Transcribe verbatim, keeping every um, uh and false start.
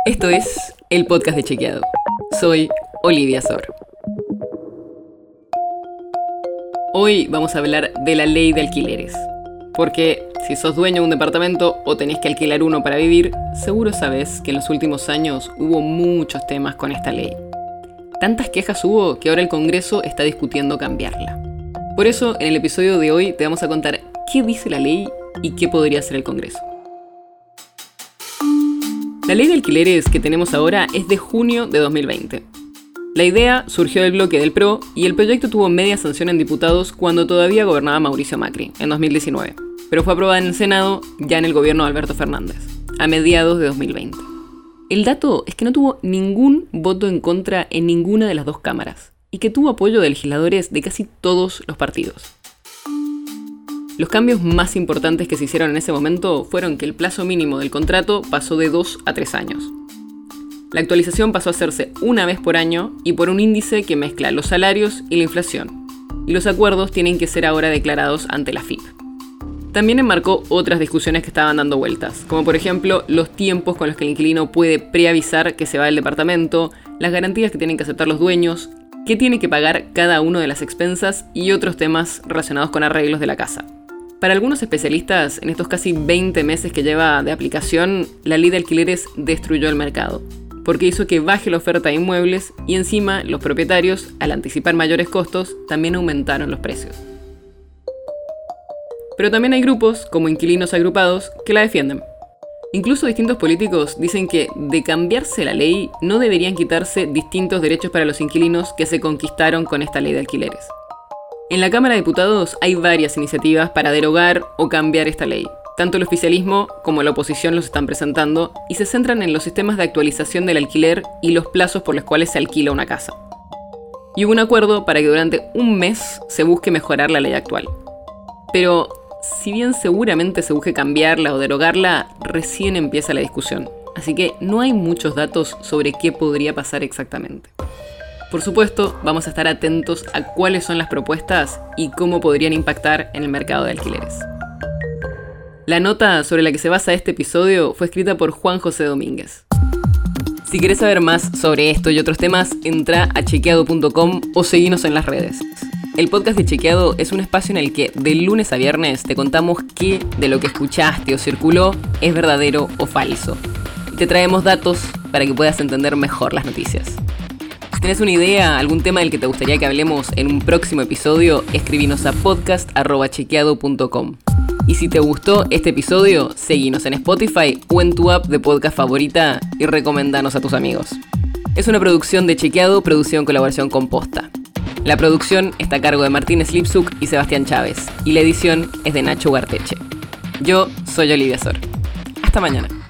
Esto es el podcast de Chequeado. Soy Olivia Sor. Hoy vamos a hablar de la ley de alquileres. Porque si sos dueño de un departamento o tenés que alquilar uno para vivir, seguro sabés que en los últimos años hubo muchos temas con esta ley. Tantas quejas hubo que ahora el Congreso está discutiendo cambiarla. Por eso, en el episodio de hoy te vamos a contar qué dice la ley y qué podría hacer el Congreso. La ley de alquileres que tenemos ahora es de junio de dos mil veinte. La idea surgió del bloque del P R O y el proyecto tuvo media sanción en diputados cuando todavía gobernaba Mauricio Macri, en dos mil diecinueve, pero fue aprobada en el Senado ya en el gobierno de Alberto Fernández, a mediados de dos mil veinte. El dato es que no tuvo ningún voto en contra en ninguna de las dos cámaras, y que tuvo apoyo de legisladores de casi todos los partidos. Los cambios más importantes que se hicieron en ese momento fueron que el plazo mínimo del contrato pasó de dos a tres años. La actualización pasó a hacerse una vez por año y por un índice que mezcla los salarios y la inflación, y los acuerdos tienen que ser ahora declarados ante la F I P. También enmarcó otras discusiones que estaban dando vueltas, como por ejemplo los tiempos con los que el inquilino puede preavisar que se va del departamento, las garantías que tienen que aceptar los dueños, qué tiene que pagar cada uno de las expensas y otros temas relacionados con arreglos de la casa. Para algunos especialistas, en estos casi veinte meses que lleva de aplicación, la ley de alquileres destruyó el mercado, porque hizo que baje la oferta de inmuebles y encima los propietarios, al anticipar mayores costos, también aumentaron los precios. Pero también hay grupos, como Inquilinos Agrupados, que la defienden. Incluso distintos políticos dicen que, de cambiarse la ley, no deberían quitarse distintos derechos para los inquilinos que se conquistaron con esta ley de alquileres. En la Cámara de Diputados hay varias iniciativas para derogar o cambiar esta ley. Tanto el oficialismo como la oposición los están presentando y se centran en los sistemas de actualización del alquiler y los plazos por los cuales se alquila una casa. Y hubo un acuerdo para que durante un mes se busque mejorar la ley actual. Pero, si bien seguramente se busque cambiarla o derogarla, recién empieza la discusión. Así que no hay muchos datos sobre qué podría pasar exactamente. Por supuesto, vamos a estar atentos a cuáles son las propuestas y cómo podrían impactar en el mercado de alquileres. La nota sobre la que se basa este episodio fue escrita por Juan José Domínguez. Si querés saber más sobre esto y otros temas, entra a chequeado punto com o seguinos en las redes. El podcast de Chequeado es un espacio en el que de lunes a viernes te contamos qué de lo que escuchaste o circuló es verdadero o falso. Y te traemos datos para que puedas entender mejor las noticias. Si tenés una idea, algún tema del que te gustaría que hablemos en un próximo episodio, escribinos a podcast arroba chequeado punto com. Y si te gustó este episodio, seguinos en Spotify o en tu app de podcast favorita y recomendanos a tus amigos. Es una producción de Chequeado, producida en colaboración con Posta. La producción está a cargo de Martín Slipsuk y Sebastián Chávez, y la edición es de Nacho Garteche. Yo soy Olivia Sor. Hasta mañana.